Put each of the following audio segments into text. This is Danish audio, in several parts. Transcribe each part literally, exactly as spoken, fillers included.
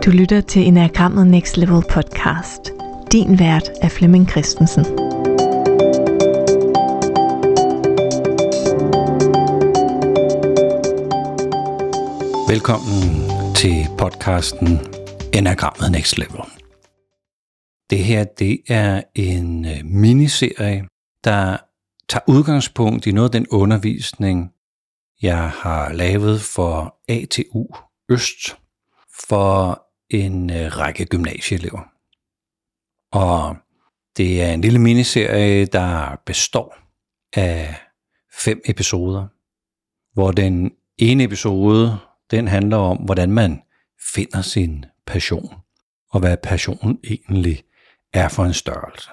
Du lytter til Enagrammet Next Level podcast. Din vært er Flemming Christensen. Velkommen til podcasten Enagrammet Next Level. Det her, det er en miniserie, der tager udgangspunkt i noget af den undervisning, jeg har lavet for A T U Øst for en række gymnasieelever. Og det er en lille miniserie, der består af fem episoder, hvor den ene episode, den handler om, hvordan man finder sin passion, og hvad passionen egentlig er for en størrelse.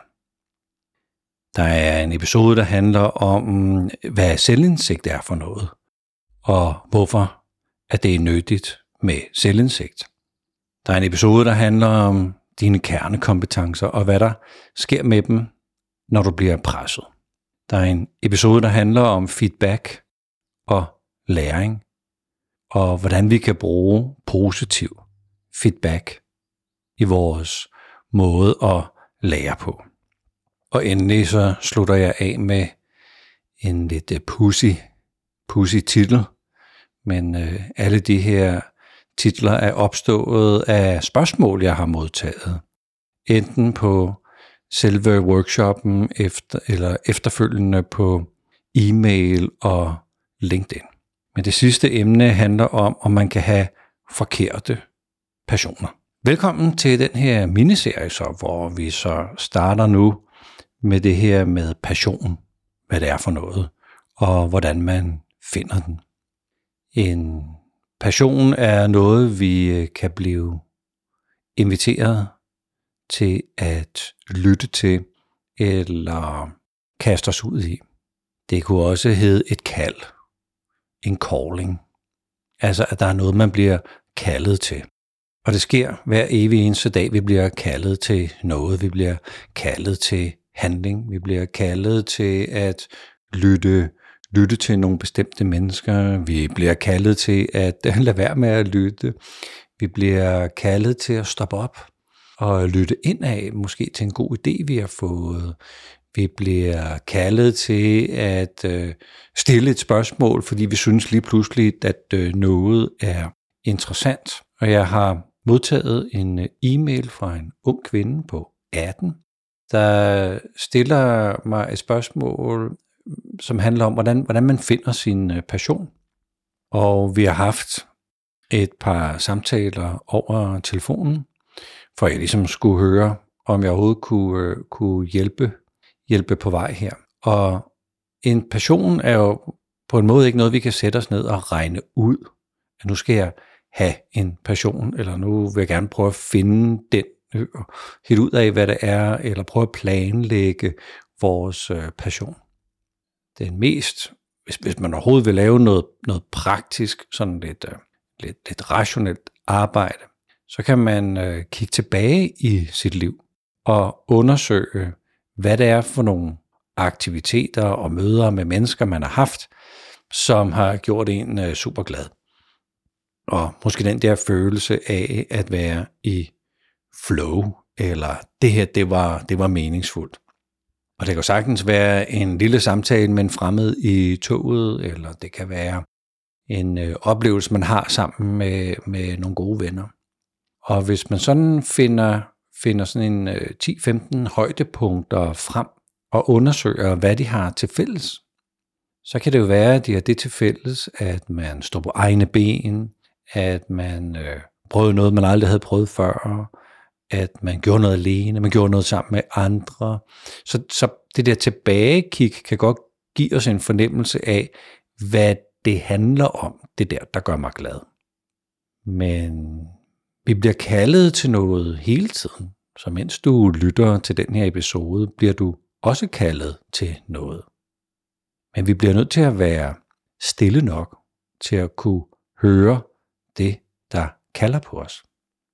Der er en episode, der handler om, hvad selvindsigt er for noget, og hvorfor at det er nyttigt med selvindsigt. Der er en episode, der handler om dine kernekompetencer, og hvad der sker med dem, når du bliver presset. Der er en episode, der handler om feedback og læring, og hvordan vi kan bruge positiv feedback i vores måde at lære på. Og endelig så slutter jeg af med en lidt pussy, pussy titel, men øh, alle de her titler er opstået af spørgsmål, jeg har modtaget. Enten på selve workshoppen efter, eller efterfølgende på e-mail og LinkedIn. Men det sidste emne handler om, om man kan have forkerte passioner. Velkommen til den her miniserie, så, hvor vi så starter nu med det her med passion, hvad det er for noget, og hvordan man finder den. En passion er noget, vi kan blive inviteret til at lytte til, eller kaste os ud i. Det kunne også hedde et kald, en calling. Altså, at der er noget, man bliver kaldet til. Og det sker hver evig eneste dag, vi bliver kaldet til noget. Vi bliver kaldet til handling. Vi bliver kaldet til at lytte, lytte til nogle bestemte mennesker. Vi bliver kaldet til at lade være med at lytte. Vi bliver kaldet til at stoppe op og lytte indad, måske til en god idé, vi har fået. Vi bliver kaldet til at øh, stille et spørgsmål, fordi vi synes lige pludselig, at øh, noget er interessant. Og jeg har modtaget en øh, e-mail fra en ung kvinde på atten, der stiller mig et spørgsmål, som handler om, hvordan, hvordan man finder sin øh, passion. Og vi har haft et par samtaler over telefonen, for jeg ligesom skulle høre, om jeg overhovedet kunne, øh, kunne hjælpe hjælpe på vej her. Og en passion er jo på en måde ikke noget, vi kan sætte os ned og regne ud. At nu skal jeg have en passion, eller nu vil jeg gerne prøve at finde den, helt ud af, hvad det er, eller prøve at planlægge vores passion. Den mest, hvis, hvis man overhovedet vil lave noget, noget praktisk, sådan lidt, lidt, lidt rationelt arbejde, så kan man øh, kigge tilbage i sit liv og undersøge, hvad det er for nogle aktiviteter og møder med mennesker, man har haft, som har gjort en uh, super glad. Og måske den der følelse af at være i flow, eller det her, det var, det var meningsfuldt. Og det kan sagtens være en lille samtale med en fremmed i toget, eller det kan være en uh, oplevelse, man har sammen med, med nogle gode venner. Og hvis man sådan finder finder sådan en øh, ti til femten højdepunkter frem og undersøger, hvad de har til fælles, så kan det jo være, at de har det til fælles, at man står på egne ben, at man øh, prøvede noget, man aldrig havde prøvet før, at man gjorde noget alene, man gjorde noget sammen med andre. Så, så det der tilbagekig kan godt give os en fornemmelse af, hvad det handler om, det der, der gør mig glad. Men vi bliver kaldet til noget hele tiden, så mens du lytter til den her episode, bliver du også kaldet til noget. Men vi bliver nødt til at være stille nok til at kunne høre det, der kalder på os.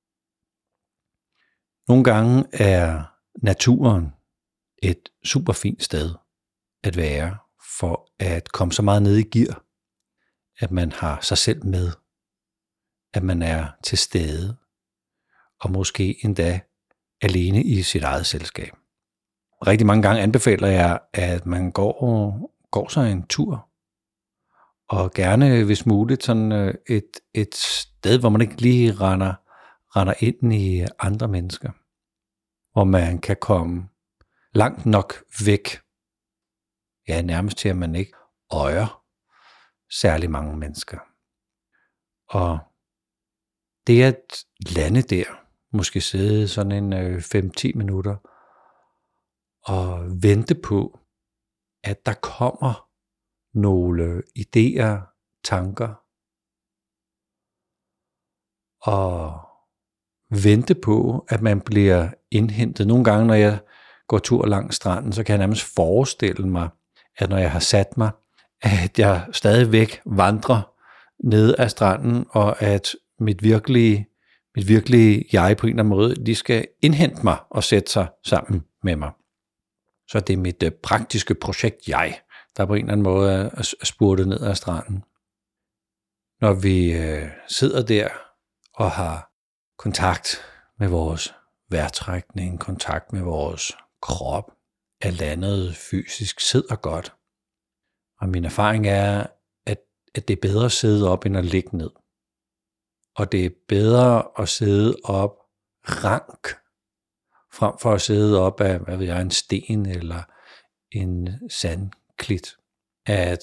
Nogle gange er naturen et super fint sted at være, for at komme så meget ned i gear, at man har sig selv med, at man er til stede, og måske endda alene i sit eget selskab. Rigtig mange gange anbefaler jeg, at man går, går sig en tur, og gerne hvis muligt sådan et, et sted, hvor man ikke lige render, render ind i andre mennesker, hvor man kan komme langt nok væk, ja nærmest til at man ikke øjer særlig mange mennesker. Og det at lande der, måske sidde sådan en fem til ti minutter, og vente på, at der kommer nogle idéer, tanker, og vente på, at man bliver indhentet. Nogle gange, når jeg går tur langs stranden, så kan jeg nærmest forestille mig, at når jeg har sat mig, at jeg stadigvæk vandrer ned ad stranden, og at mit virkelige, mit virkelige jeg på en eller anden måde, de skal indhente mig og sætte sig sammen med mig. Så det er mit øh, praktiske projekt jeg, der på en eller anden måde er, er spurtet ned ad stranden. Når vi øh, sidder der og har kontakt med vores vejrtrækning, kontakt med vores krop, er landet fysisk, sidder godt. Og min erfaring er, at, at det er bedre at sidde op, end at ligge ned. Og det er bedre at sidde op rank, frem for at sidde op af, hvad ved jeg, en sten eller en sandklit. At,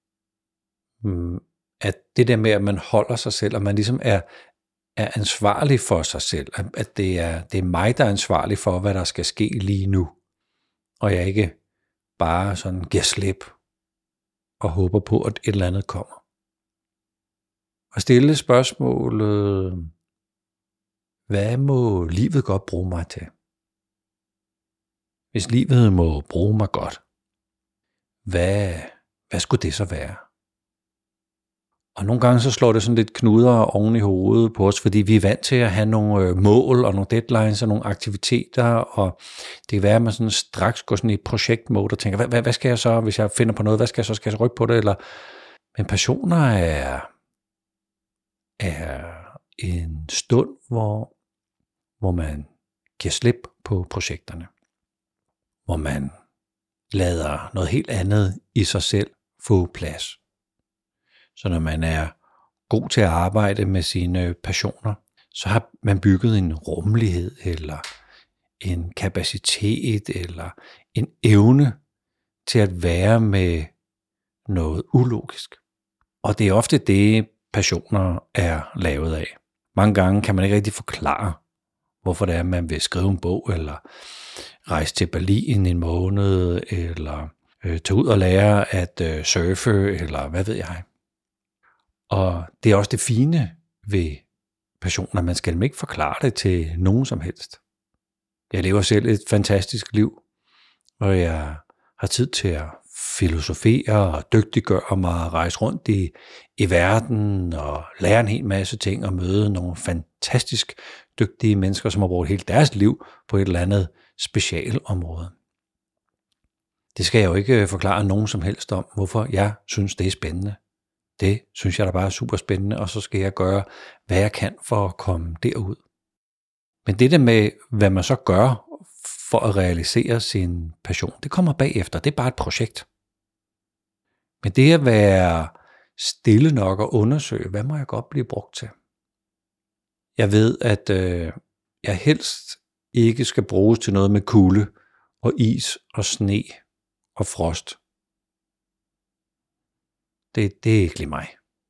at det der med, at man holder sig selv, og man ligesom er, er ansvarlig for sig selv, at det er, det er mig, der er ansvarlig for, hvad der skal ske lige nu, og jeg ikke bare sådan giver slip og håber på, at et eller andet kommer. Og stille spørgsmålet, hvad må livet godt bruge mig til? Hvis livet må bruge mig godt, hvad, hvad skulle det så være? Og nogle gange så slår det sådan lidt knuder oven i hovedet på os, fordi vi er vant til at have nogle mål og nogle deadlines og nogle aktiviteter, og det kan være, at man sådan straks går sådan i projektmode og tænker, hvad, hvad, hvad skal jeg så, hvis jeg finder på noget, hvad skal jeg så, skal jeg så rykke på det? Eller... Men passioner er, er en stund, hvor, hvor man giver slip på projekterne, hvor man lader noget helt andet i sig selv få plads. Så når man er god til at arbejde med sine passioner, så har man bygget en rummelighed, eller en kapacitet, eller en evne til at være med noget ulogisk. Og det er ofte det, passioner er lavet af. Mange gange kan man ikke rigtig forklare, hvorfor det er, at man vil skrive en bog, eller rejse til Berlin en måned, eller øh, tage ud og lære at øh, surfe, eller hvad ved jeg. Og det er også det fine ved passioner. Man skal ikke forklare det til nogen som helst. Jeg lever selv et fantastisk liv, og jeg har tid til at filosofere og dygtiggøre mig og rejse rundt i, i verden og lære en hel masse ting og møde nogle fantastisk dygtige mennesker, som har brugt hele deres liv på et eller andet specialområde. Det skal jeg jo ikke forklare nogen som helst om, hvorfor jeg synes, det er spændende. Det synes jeg da bare er super spændende, og så skal jeg gøre, hvad jeg kan for at komme derud. Men det der med, hvad man så gør for at realisere sin passion, det kommer bagefter. Det er bare et projekt. Men det at være stille nok og undersøge, hvad må jeg godt blive brugt til? Jeg ved, at øh, jeg helst ikke skal bruges til noget med kulde og is og sne og frost. Det, det er ikke lige mig.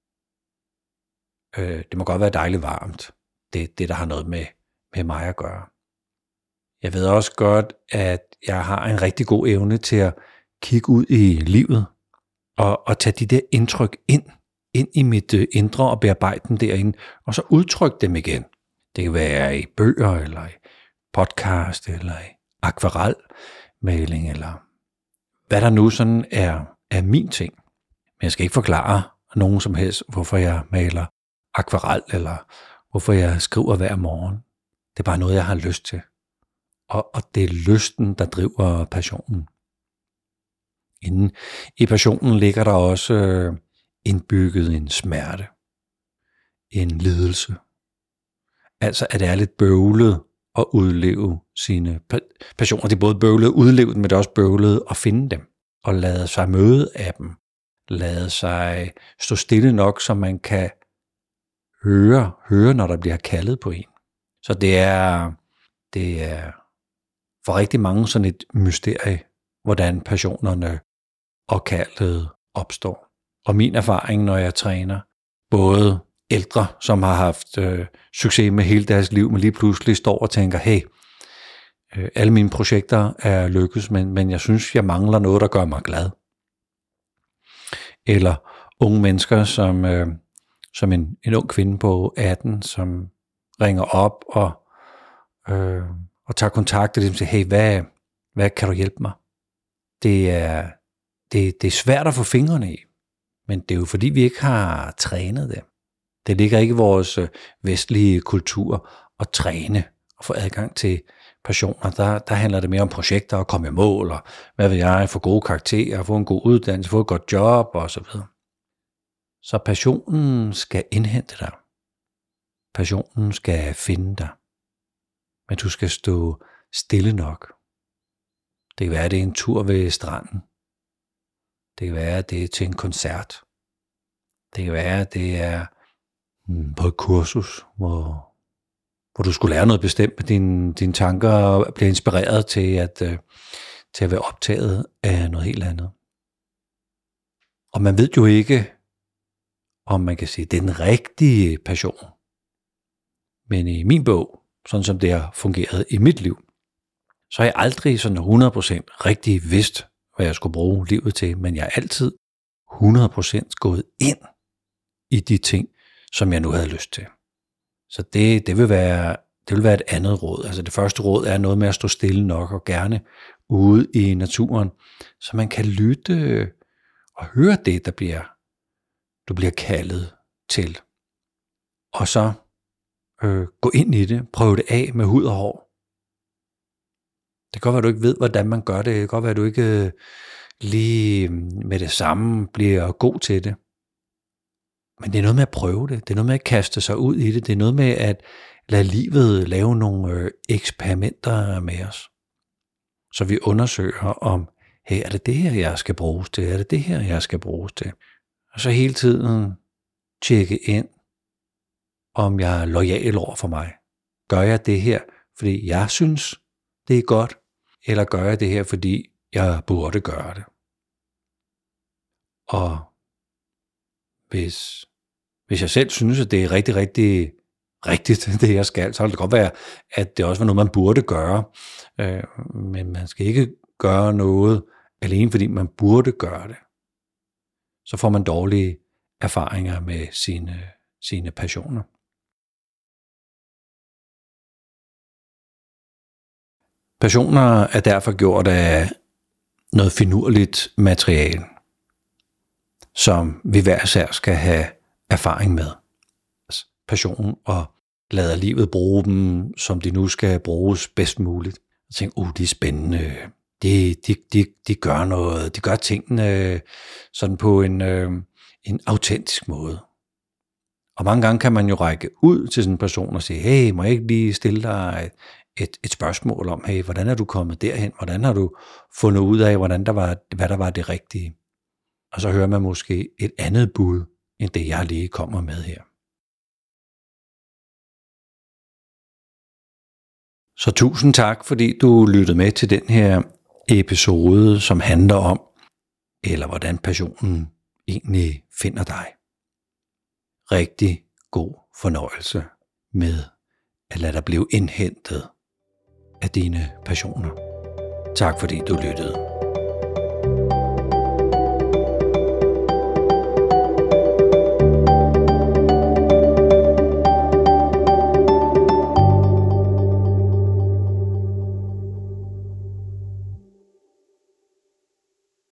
Øh, det må godt være dejligt varmt. Det er det, der har noget med, med mig at gøre. Jeg ved også godt, at jeg har en rigtig god evne til at kigge ud i livet og, og tage de der indtryk ind, ind i mit øh, indre og bearbejde dem derinde, og så udtrykke dem igen. Det kan være i bøger, eller i podcast, eller i akvarelmaling, eller hvad der nu sådan er, er min ting. Men jeg skal ikke forklare nogen som helst, hvorfor jeg maler akvarel, eller hvorfor jeg skriver hver morgen. Det er bare noget, jeg har lyst til. Og, og det er lysten, der driver passionen. Inden i passionen ligger der også øh, indbygget en smerte, en lidelse. Altså, at det er lidt bøvlet at udleve sine passioner. Det er både bøvlet at udleve dem, men det er også bøvlet at finde dem. Og lade sig møde af dem. Lade sig stå stille nok, så man kan høre, høre, når der bliver kaldet på en. Så det er, det er for rigtig mange sådan et mysterie, hvordan passionerne og kaldet opstår. Og min erfaring, når jeg træner, både ældre, som har haft øh, succes med hele deres liv, men lige pludselig står og tænker, hey, øh, alle mine projekter er lykkes, men, men jeg synes, jeg mangler noget, der gør mig glad. Eller unge mennesker, som, øh, som en, en ung kvinde på atten, som ringer op og, øh, og tager kontakt og siger, hey, hvad, hvad kan du hjælpe mig? Det er, det, det er svært at få fingrene i, men det er jo fordi, vi ikke har trænet det. Det ligger ikke i vores vestlige kultur at træne og få adgang til passioner. Der, der handler det mere om projekter og komme i mål, og hvad ved jeg, få gode karakterer, få en god uddannelse, få et godt job og så videre. Så passionen skal indhente dig. Passionen skal finde dig. Men du skal stå stille nok. Det kan være, at det er en tur ved stranden. Det kan være, at det er til en koncert. Det kan være, at det er på et kursus, hvor, hvor du skulle lære noget bestemt med dine, dine tanker og blive inspireret til at, øh, til at være optaget af noget helt andet. Og man ved jo ikke, om man kan sige, det er den rigtige passion. Men i min bog, sådan som det har fungeret i mit liv, så har jeg aldrig sådan hundrede procent rigtig vidst, hvad jeg skulle bruge livet til, men jeg er altid hundrede procent gået ind i de ting, som jeg nu havde lyst til. Så det, det, vil være, det vil være et andet råd. Altså det første råd er noget med at stå stille nok og gerne ude i naturen, så man kan lytte og høre det, der bliver, du bliver kaldet til. Og så øh, gå ind i det, prøve det af med hud og hår. Det kan godt være, at du ikke ved, hvordan man gør det. Det kan godt være, at du ikke lige med det samme bliver god til det. Men det er noget med at prøve det. Det er noget med at kaste sig ud i det. Det er noget med at lade livet lave nogle eksperimenter med os. Så vi undersøger om, hey, er det det her, jeg skal bruges til? Er det det her, jeg skal bruges til? Og så hele tiden tjekke ind, om jeg er loyal over for mig. Gør jeg det her, fordi jeg synes, det er godt? Eller gør jeg det her, fordi jeg burde gøre det? Og hvis, hvis jeg selv synes, at det er rigtig, rigtig rigtigt, det jeg skal, så kan det godt være, at det også var noget, man burde gøre. Øh, men man skal ikke gøre noget alene, fordi man burde gøre det. Så får man dårlige erfaringer med sine, sine passioner. Passioner er derfor gjort af noget finurligt materiale, som vi hver især skal have erfaring med. Passion og lader livet bruge dem, som de nu skal bruges bedst muligt. Jeg tænker, uh, de er spændende. De, de, de, de gør noget. De gør tingene sådan på en, øh, en autentisk måde. Og mange gange kan man jo række ud til sådan en person og sige, hey, må jeg ikke lige stille dig et, et, et spørgsmål om, hey, hvordan er du kommet derhen? Hvordan har du fundet ud af, hvordan der var, hvad der var det rigtige? Og så hører man måske et andet bud, end det jeg lige kommer med her. Så tusind tak, fordi du lyttede med til den her episode, som handler om, eller hvordan passionen egentlig finder dig. Rigtig god fornøjelse med at lade dig blive indhentet af dine passioner. Tak fordi du lyttede.